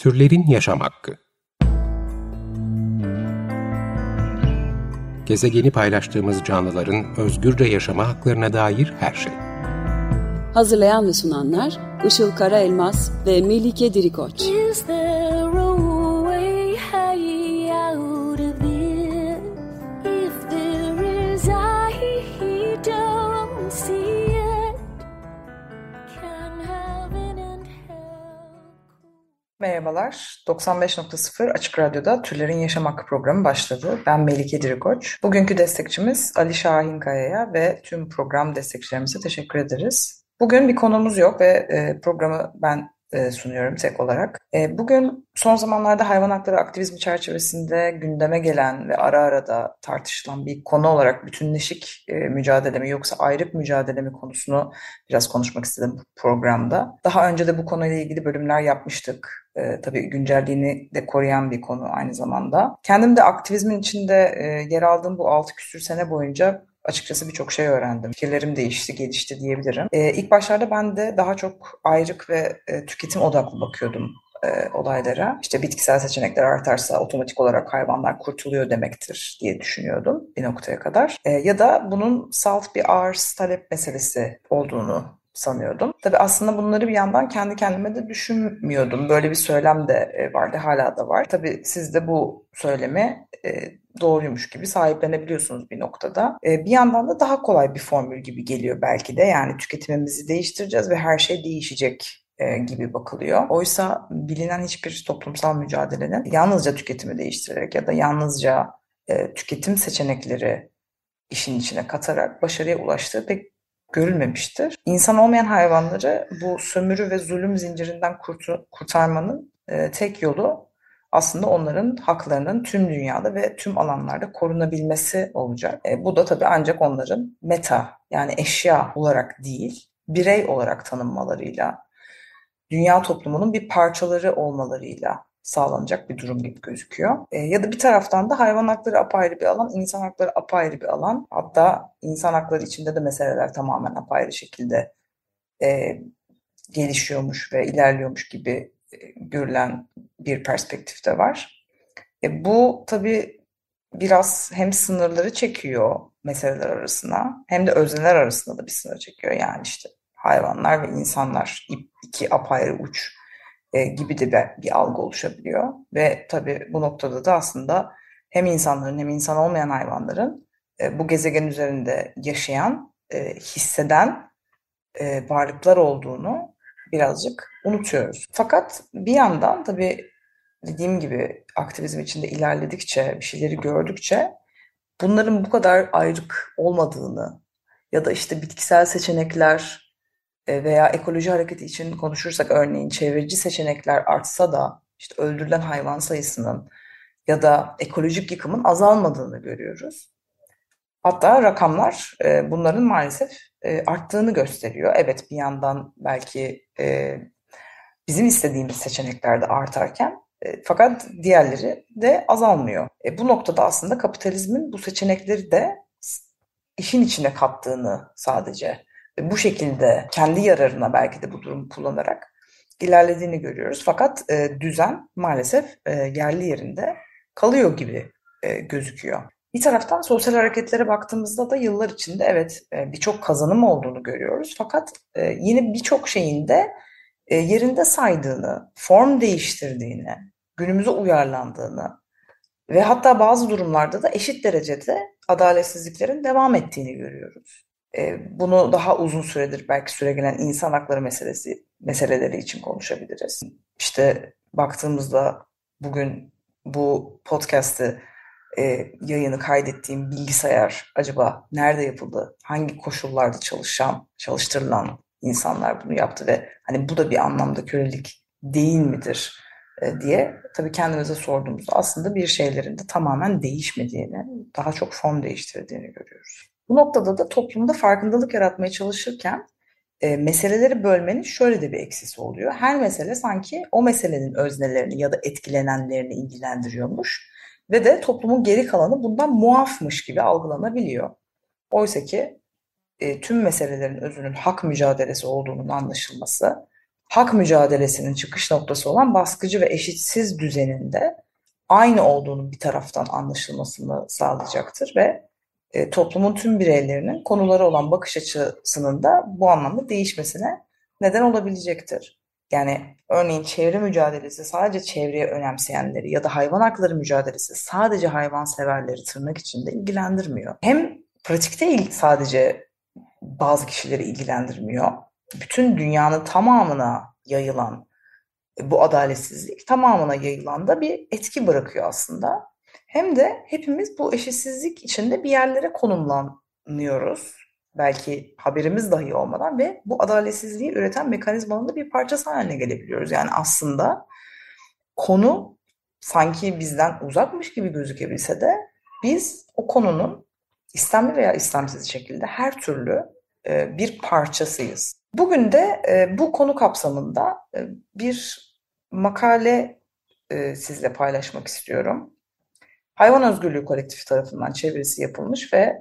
Türlerin yaşam hakkı. Gezegeni paylaştığımız canlıların özgürce yaşama haklarına dair her şey. Hazırlayan ve sunanlar Işıl Karaelmaz ve Melike Dirikoç. Merhabalar, 95.0 Açık Radyo'da Türlerin Yaşam Hakkı programı başladı. Ben Melike Dirikoç. Bugünkü destekçimiz Ali Şahinkaya'ya ve tüm program destekçilerimize teşekkür ederiz. Bugün bir konumuz yok ve programı ben sunuyorum tek olarak. Bugün son zamanlarda hayvan hakları aktivizmi çerçevesinde gündeme gelen ve ara ara da tartışılan bir konu olarak bütünleşik mücadele mi yoksa ayrık mücadele mi konusunu biraz konuşmak istedim bu programda. Daha önce de bu konuyla ilgili bölümler yapmıştık. Tabii güncelliğini de koruyan bir konu aynı zamanda. Kendim de aktivizmin içinde yer aldığım bu 6 küsür sene boyunca açıkçası birçok şey öğrendim. Fikirlerim değişti, gelişti diyebilirim. İlk başlarda ben de daha çok ayrık ve tüketim odaklı bakıyordum olaylara. İşte bitkisel seçenekler artarsa otomatik olarak hayvanlar kurtuluyor demektir diye düşünüyordum bir noktaya kadar. Ya da bunun salt bir arz talep meselesi olduğunu sanıyordum. Tabii aslında bunları bir yandan kendi kendime de düşünmüyordum. Böyle bir söylem de vardı, hala da var. Tabii siz de bu söylemi doğruymuş gibi sahiplenebiliyorsunuz bir noktada. Bir yandan da daha kolay bir formül gibi geliyor belki de. Yani tüketimimizi değiştireceğiz ve her şey değişecek gibi bakılıyor. Oysa bilinen hiçbir toplumsal mücadelenin yalnızca tüketimi değiştirerek ya da yalnızca tüketim seçenekleri işin içine katarak başarıya ulaştığı pek görülmemiştir. İnsan olmayan hayvanları bu sömürü ve zulüm zincirinden kurtarmanın tek yolu aslında onların haklarının tüm dünyada ve tüm alanlarda korunabilmesi olacak. Bu da tabii ancak onların meta yani eşya olarak değil, birey olarak tanınmalarıyla, dünya toplumunun bir parçaları olmalarıyla sağlanacak bir durum gibi gözüküyor. Ya da bir taraftan da hayvan hakları apayrı bir alan, insan hakları apayrı bir alan. Hatta insan hakları içinde de meseleler tamamen apayrı şekilde gelişiyormuş ve ilerliyormuş gibi görülen bir perspektif de var. Bu tabii biraz hem sınırları çekiyor meseleler arasına hem de özneler arasında da bir sınır çekiyor. Yani işte hayvanlar ve insanlar iki apayrı uç gibi de bir algı oluşabiliyor. Ve tabii bu noktada da aslında hem insanların hem insan olmayan hayvanların bu gezegen üzerinde yaşayan, hisseden varlıklar olduğunu birazcık unutuyoruz. Fakat bir yandan tabii dediğim gibi aktivizm içinde ilerledikçe, bir şeyleri gördükçe bunların bu kadar ayrık olmadığını ya da işte bitkisel seçenekler veya ekoloji hareketi için konuşursak örneğin çevreci seçenekler artsa da işte öldürülen hayvan sayısının ya da ekolojik yıkımın azalmadığını görüyoruz. Hatta rakamlar bunların maalesef arttığını gösteriyor. Evet bir yandan belki bizim istediğimiz seçenekler de artarken fakat diğerleri de azalmıyor. Bu noktada aslında kapitalizmin bu seçenekleri de işin içine kattığını sadece bu şekilde kendi yararına belki de bu durumu kullanarak ilerlediğini görüyoruz. Fakat düzen maalesef yerli yerinde kalıyor gibi gözüküyor. Bir taraftan sosyal hareketlere baktığımızda da yıllar içinde evet birçok kazanım olduğunu görüyoruz. Fakat yine birçok şeyin de yerinde saydığını, form değiştirdiğini, günümüze uyarlandığını ve hatta bazı durumlarda da eşit derecede adaletsizliklerin devam ettiğini görüyoruz. Bunu daha uzun süredir belki süregelen insan hakları meseleleri için konuşabiliriz. İşte baktığımızda bugün bu podcast'ı yayını kaydettiğim bilgisayar acaba nerede yapıldı? Hangi koşullarda çalıştırılan insanlar bunu yaptı ve hani bu da bir anlamda kölelik değil midir diye tabii kendimize sorduğumuzda aslında bir şeylerin de tamamen değişmediğini, daha çok form değiştirdiğini görüyoruz. Bu noktada da toplumda farkındalık yaratmaya çalışırken meseleleri bölmenin şöyle de bir eksisi oluyor. Her mesele sanki o meselenin öznelerini ya da etkilenenlerini ilgilendiriyormuş ve de toplumun geri kalanı bundan muafmış gibi algılanabiliyor. Oysa ki tüm meselelerin özünün hak mücadelesi olduğunun anlaşılması hak mücadelesinin çıkış noktası olan baskıcı ve eşitsiz düzeninde aynı olduğunun bir taraftan anlaşılmasını sağlayacaktır ve toplumun tüm bireylerinin konulara olan bakış açısının da bu anlamda değişmesine neden olabilecektir. Yani örneğin çevre mücadelesi sadece çevreyi önemseyenleri ya da hayvan hakları mücadelesi sadece hayvanseverleri tırnak içinde ilgilendirmiyor. Hem pratikte sadece bazı kişileri ilgilendirmiyor. Bütün dünyanın tamamına yayılan bu adaletsizlik tamamına yayılan da bir etki bırakıyor aslında. Hem de hepimiz bu eşitsizlik içinde bir yerlere konumlanıyoruz. Belki haberimiz dahi olmadan ve bu adaletsizliği üreten mekanizmanın da bir parçası haline gelebiliyoruz. Yani aslında konu sanki bizden uzakmış gibi gözükebilse de biz o konunun istemli veya istemsiz şekilde her türlü bir parçasıyız. Bugün de bu konu kapsamında bir makale sizle paylaşmak istiyorum. Hayvan Özgürlüğü Kolektifi tarafından çevirisi yapılmış ve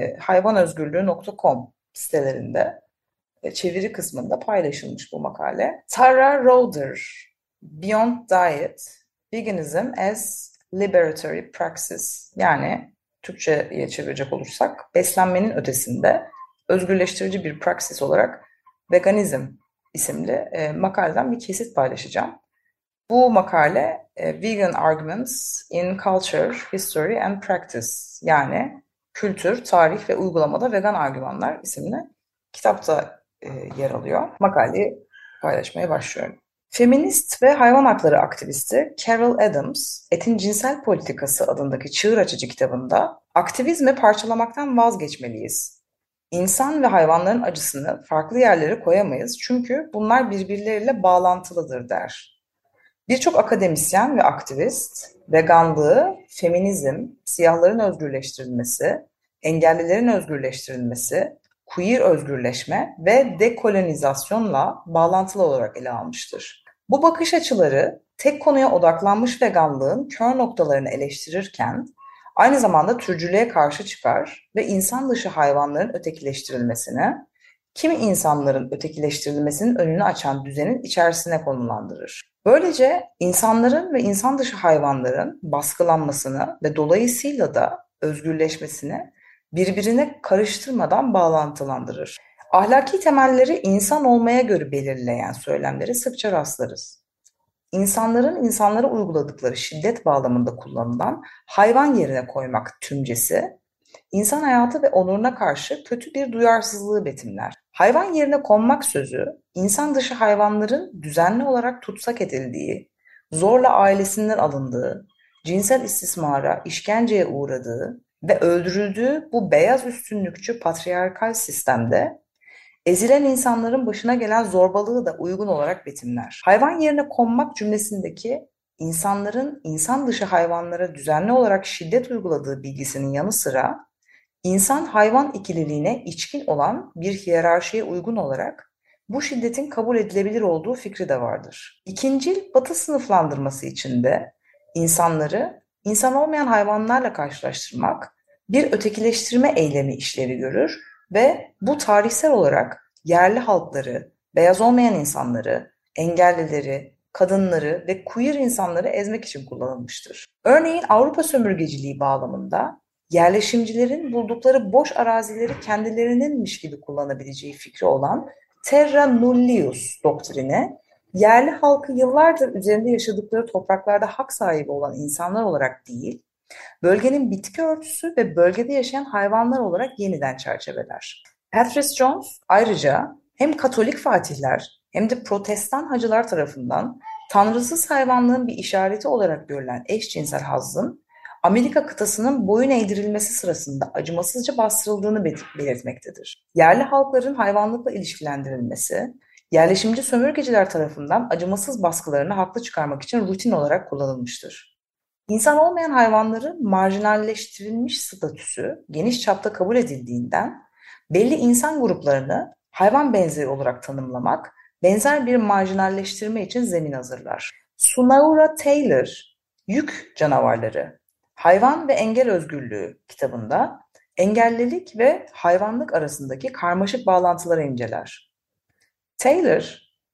hayvanözgürlüğü.com sitelerinde çeviri kısmında paylaşılmış bu makale. Tara Rauder, Beyond Diet, Veganism as Liberatory Praxis, yani Türkçe'ye çevirecek olursak beslenmenin ötesinde özgürleştirici bir praksis olarak veganizm isimli makaleden bir kesit paylaşacağım. Bu makale Vegan Arguments in Culture, History and Practice, yani Kültür, Tarih ve Uygulamada Vegan Argümanlar isimli kitapta yer alıyor. Makaleyi paylaşmaya başlıyorum. Feminist ve hayvan hakları aktivisti Carol Adams, Etin Cinsel Politikası adındaki çığır açıcı kitabında aktivizmi parçalamaktan vazgeçmeliyiz. İnsan ve hayvanların acısını farklı yerlere koyamayız çünkü bunlar birbirleriyle bağlantılıdır der. Birçok akademisyen ve aktivist, veganlığı, feminizm, siyahların özgürleştirilmesi, engellilerin özgürleştirilmesi, queer özgürleşme ve dekolonizasyonla bağlantılı olarak ele almıştır. Bu bakış açıları tek konuya odaklanmış veganlığın kör noktalarını eleştirirken aynı zamanda türcülüğe karşı çıkar ve insan dışı hayvanların ötekileştirilmesini, kimi insanların ötekileştirilmesinin önünü açan düzenin içerisine konumlandırır. Böylece insanların ve insan dışı hayvanların baskılanmasını ve dolayısıyla da özgürleşmesini birbirine karıştırmadan bağlantılandırır. Ahlaki temelleri insan olmaya göre belirleyen söylemlere sıkça rastlarız. İnsanların insanlara uyguladıkları şiddet bağlamında kullanılan hayvan yerine koymak tümcesi, insan hayatı ve onuruna karşı kötü bir duyarsızlığı betimler. Hayvan yerine konmak sözü, insan dışı hayvanların düzenli olarak tutsak edildiği, zorla ailesinden alındığı, cinsel istismara, işkenceye uğradığı ve öldürüldüğü bu beyaz üstünlükçü patriarkal sistemde ezilen insanların başına gelen zorbalığı da uygun olarak betimler. Hayvan yerine konmak cümlesindeki insanların insan dışı hayvanlara düzenli olarak şiddet uyguladığı bilgisinin yanı sıra İnsan-hayvan ikililiğine içkin olan bir hiyerarşiye uygun olarak bu şiddetin kabul edilebilir olduğu fikri de vardır. İkincil Batı sınıflandırması içinde insanları insan olmayan hayvanlarla karşılaştırmak bir ötekileştirme eylemi işlevi görür ve bu tarihsel olarak yerli halkları, beyaz olmayan insanları, engellileri, kadınları ve queer insanları ezmek için kullanılmıştır. Örneğin Avrupa sömürgeciliği bağlamında yerleşimcilerin buldukları boş arazileri kendilerininmiş gibi kullanabileceği fikri olan terra nullius doktrini, yerli halkı yıllardır üzerinde yaşadıkları topraklarda hak sahibi olan insanlar olarak değil, bölgenin bitki örtüsü ve bölgede yaşayan hayvanlar olarak yeniden çerçeveler. Patrice Jones ayrıca hem Katolik fatihler hem de Protestan hacılar tarafından tanrısız hayvanlığın bir işareti olarak görülen eşcinsel hazzın Amerika kıtasının boyun eğdirilmesi sırasında acımasızca bastırıldığını belirtmektedir. Yerli halkların hayvanlıkla ilişkilendirilmesi, yerleşimci sömürgeciler tarafından acımasız baskılarını haklı çıkarmak için rutin olarak kullanılmıştır. İnsan olmayan hayvanların marjinalleştirilmiş statüsü geniş çapta kabul edildiğinden belli insan gruplarını hayvan benzeri olarak tanımlamak benzer bir marjinalleştirme için zemin hazırlar. Sunaura Taylor, Yük Canavarları, Hayvan ve Engel Özgürlüğü kitabında engellilik ve hayvanlık arasındaki karmaşık bağlantıları inceler. Taylor,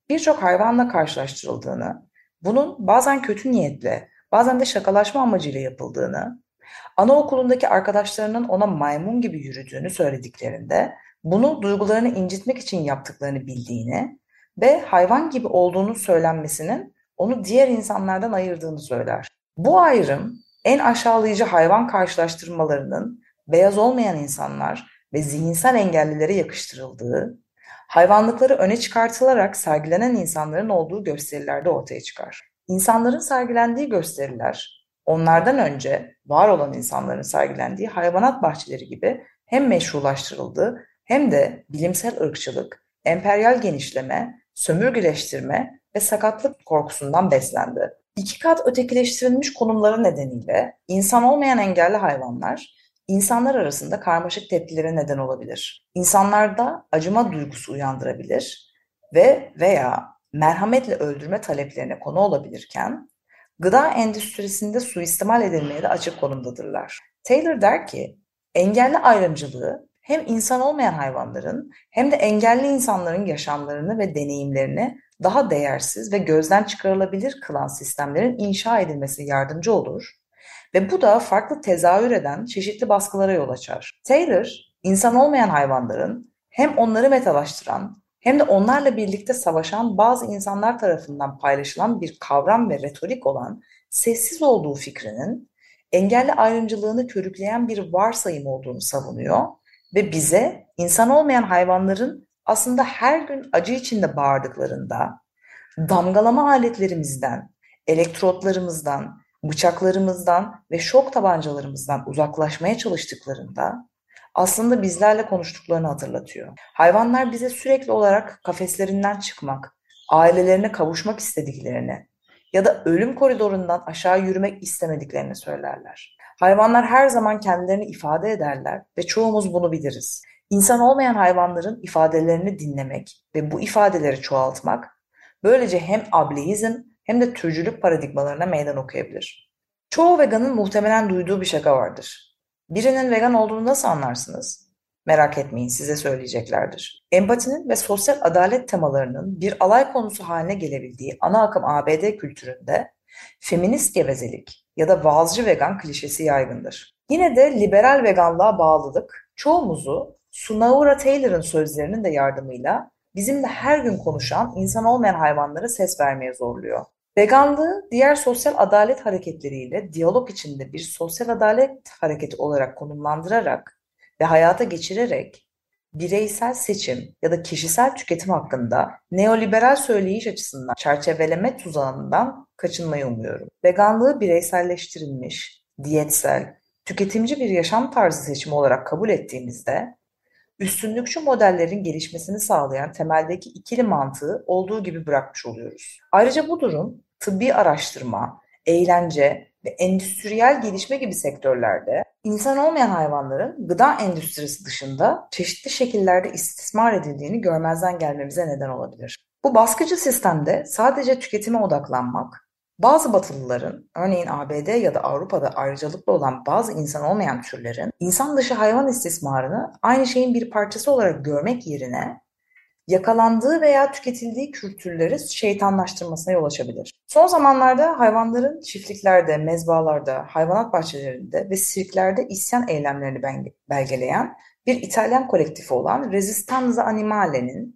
birçok hayvanla karşılaştırıldığını, bunun bazen kötü niyetle, bazen de şakalaşma amacıyla yapıldığını, anaokulundaki arkadaşlarının ona maymun gibi yürüdüğünü söylediklerinde bunu duygularını incitmek için yaptıklarını bildiğini ve hayvan gibi olduğunu söylenmesinin onu diğer insanlardan ayırdığını söyler. Bu ayrım en aşağılayıcı hayvan karşılaştırmalarının beyaz olmayan insanlar ve zihinsel engellilere yakıştırıldığı, hayvanlıkları öne çıkartılarak sergilenen insanların olduğu gösterilerde ortaya çıkar. İnsanların sergilendiği gösteriler, onlardan önce var olan insanların sergilendiği hayvanat bahçeleri gibi hem meşrulaştırıldı hem de bilimsel ırkçılık, emperyal genişleme, sömürgeleştirme ve sakatlık korkusundan beslendi. İki kat ötekileştirilmiş konumları nedeniyle insan olmayan engelli hayvanlar insanlar arasında karmaşık tepkilere neden olabilir. İnsanlarda acıma duygusu uyandırabilir ve veya merhametle öldürme taleplerine konu olabilirken gıda endüstrisinde suistimal edilmeye de açık konumdadırlar. Taylor der ki, engelli ayrımcılığı hem insan olmayan hayvanların hem de engelli insanların yaşamlarını ve deneyimlerini daha değersiz ve gözden çıkarılabilir kılan sistemlerin inşa edilmesi yardımcı olur ve bu da farklı tezahür eden çeşitli baskılara yol açar. Taylor, insan olmayan hayvanların hem onları metalaştıran hem de onlarla birlikte savaşan bazı insanlar tarafından paylaşılan bir kavram ve retorik olan sessiz olduğu fikrinin engelli ayrımcılığını körükleyen bir varsayım olduğunu savunuyor ve bize insan olmayan hayvanların aslında her gün acı içinde bağırdıklarında damgalama aletlerimizden, elektrotlarımızdan, bıçaklarımızdan ve şok tabancalarımızdan uzaklaşmaya çalıştıklarında aslında bizlerle konuştuklarını hatırlatıyor. Hayvanlar bize sürekli olarak kafeslerinden çıkmak, ailelerine kavuşmak istediklerini ya da ölüm koridorundan aşağı yürümek istemediklerini söylerler. Hayvanlar her zaman kendilerini ifade ederler ve çoğumuz bunu biliriz. İnsan olmayan hayvanların ifadelerini dinlemek ve bu ifadeleri çoğaltmak, böylece hem ableizm hem de türcülük paradigmalarına meydan okuyabilir. Çoğu veganın muhtemelen duyduğu bir şaka vardır. Birinin vegan olduğunu nasıl anlarsınız? Merak etmeyin, size söyleyeceklerdir. Empatinin ve sosyal adalet temalarının bir alay konusu haline gelebildiği ana akım ABD kültüründe feminist gevezelik ya da vaazcı vegan klişesi yaygındır. Yine de liberal veganlığa bağlılık çoğumuzu Sunaura Taylor'ın sözlerinin de yardımıyla bizimle her gün konuşan insan olmayan hayvanlara ses vermeye zorluyor. Veganlığı diğer sosyal adalet hareketleriyle diyalog içinde bir sosyal adalet hareketi olarak konumlandırarak ve hayata geçirerek bireysel seçim ya da kişisel tüketim hakkında neoliberal söyleyiş açısından çerçeveleme tuzağından kaçınmayı umuyorum. Veganlığı bireyselleştirilmiş, diyetsel, tüketimci bir yaşam tarzı seçimi olarak kabul ettiğimizde üstünlükçü modellerin gelişmesini sağlayan temeldeki ikili mantığı olduğu gibi bırakmış oluyoruz. Ayrıca bu durum tıbbi araştırma, eğlence ve endüstriyel gelişme gibi sektörlerde insan olmayan hayvanların gıda endüstrisi dışında çeşitli şekillerde istismar edildiğini görmezden gelmemize neden olabilir. Bu baskıcı sistemde sadece tüketime odaklanmak, bazı Batılıların, örneğin ABD ya da Avrupa'da ayrıcalıklı olan bazı insan olmayan türlerin insan dışı hayvan istismarını aynı şeyin bir parçası olarak görmek yerine yakalandığı veya tüketildiği kültürleri şeytanlaştırmasına yol açabilir. Son zamanlarda hayvanların çiftliklerde, mezbalarda, hayvanat bahçelerinde ve sirklerde isyan eylemlerini belgeleyen bir İtalyan kolektifi olan Resistenza Animale'nin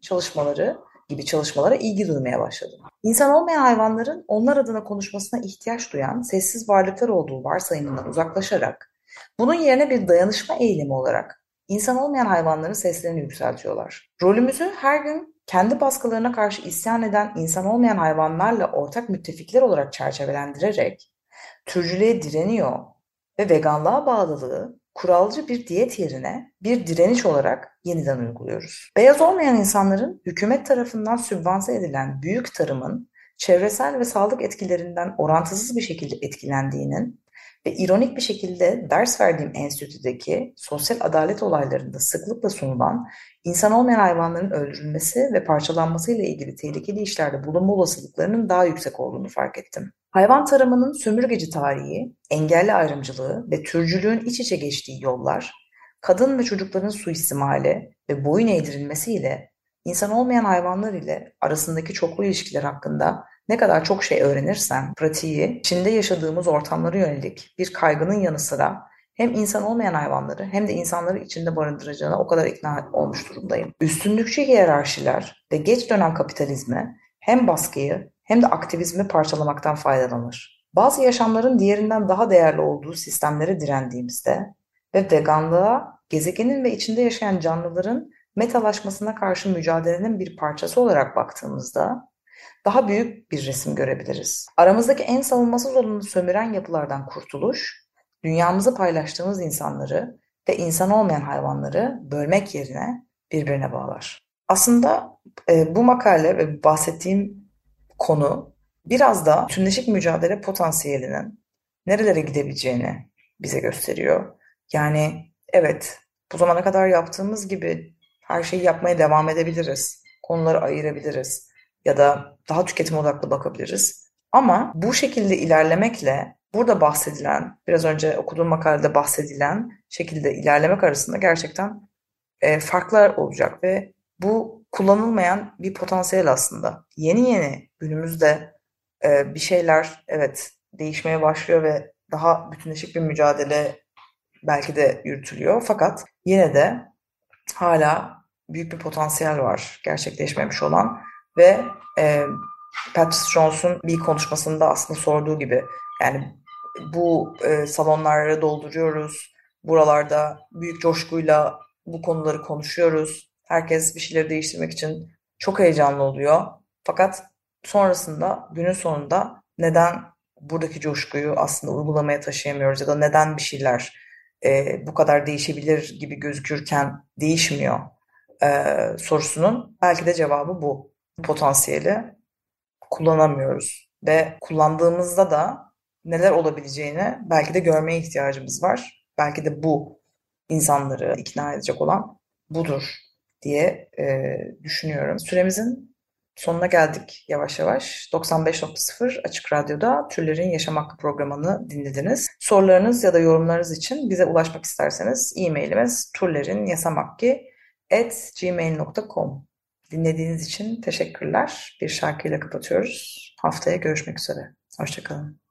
çalışmalara ilgi duymaya başladı. İnsan olmayan hayvanların onlar adına konuşmasına ihtiyaç duyan sessiz varlıklar olduğu varsayımından uzaklaşarak bunun yerine bir dayanışma eylemi olarak insan olmayan hayvanların seslerini yükseltiyorlar. Rolümüzü her gün kendi baskılarına karşı isyan eden insan olmayan hayvanlarla ortak müttefikler olarak çerçevelendirerek türcülüğe direniyor ve veganlığa bağlılığı kuralcı bir diyet yerine bir direniş olarak yeniden uyguluyoruz. Beyaz olmayan insanların hükümet tarafından sübvanse edilen büyük tarımın çevresel ve sağlık etkilerinden orantısız bir şekilde etkilendiğinin ve ironik bir şekilde ders verdiğim enstitüdeki sosyal adalet olaylarında sıklıkla sunulan insan olmayan hayvanların öldürülmesi ve parçalanmasıyla ilgili tehlikeli işlerde bulunma olasılıklarının daha yüksek olduğunu fark ettim. Hayvan tarımının sömürgeci tarihi, engelli ayrımcılığı ve türcülüğün iç içe geçtiği yollar, kadın ve çocukların suistimali ve boyun eğdirilmesiyle İnsan olmayan hayvanlar ile arasındaki çoklu ilişkiler hakkında ne kadar çok şey öğrenirsen, pratiği, içinde yaşadığımız ortamlara yönelik bir kaygının yanı sıra hem insan olmayan hayvanları hem de insanları içinde barındıracağına o kadar ikna olmuş durumdayım. Üstünlükçü hiyerarşiler ve geç dönem kapitalizmi hem baskıyı hem de aktivizmi parçalamaktan faydalanır. Bazı yaşamların diğerinden daha değerli olduğu sistemlere direndiğimizde ve veganlığa gezegenin ve içinde yaşayan canlıların metalaşmasına karşı mücadelenin bir parçası olarak baktığımızda daha büyük bir resim görebiliriz. Aramızdaki en savunmasız olanı sömüren yapılardan kurtuluş, dünyamızı paylaştığımız insanları ve insan olmayan hayvanları bölmek yerine birbirine bağlar. Aslında bu makale ve bahsettiğim konu biraz da bütünleşik mücadele potansiyelinin nerelere gidebileceğini bize gösteriyor. Yani evet, bu zamana kadar yaptığımız gibi her şeyi yapmaya devam edebiliriz. Konuları ayırabiliriz ya da daha tüketim odaklı bakabiliriz. Ama bu şekilde ilerlemekle burada bahsedilen, biraz önce okuduğum makalede bahsedilen şekilde ilerlemek arasında gerçekten farklar olacak ve bu kullanılmayan bir potansiyel aslında. Yeni yeni günümüzde bir şeyler evet değişmeye başlıyor ve daha bütünleşik bir mücadele belki de yürütülüyor. Fakat yine de hala büyük bir potansiyel var gerçekleşmemiş olan ve e, Patrice Jones'un bir konuşmasında aslında sorduğu gibi yani bu salonları dolduruyoruz. Buralarda büyük coşkuyla bu konuları konuşuyoruz. Herkes bir şeyleri değiştirmek için çok heyecanlı oluyor. Fakat sonrasında günün sonunda neden buradaki coşkuyu aslında uygulamaya taşıyamıyoruz ya da neden bir şeyler bu kadar değişebilir gibi gözükürken değişmiyor sorusunun belki de cevabı bu. Potansiyeli kullanamıyoruz ve kullandığımızda da neler olabileceğini belki de görmeye ihtiyacımız var. Belki de bu insanları ikna edecek olan budur diye düşünüyorum. Süremizin sonuna geldik yavaş yavaş. 95.0 Açık Radyo'da Türlerin Yaşam Hakkı programını dinlediniz. Sorularınız ya da yorumlarınız için bize ulaşmak isterseniz e-mailimiz turlerinyasamakki@gmail.com. Dinlediğiniz için teşekkürler. Bir şarkıyla kapatıyoruz. Haftaya görüşmek üzere. Hoşça kalın.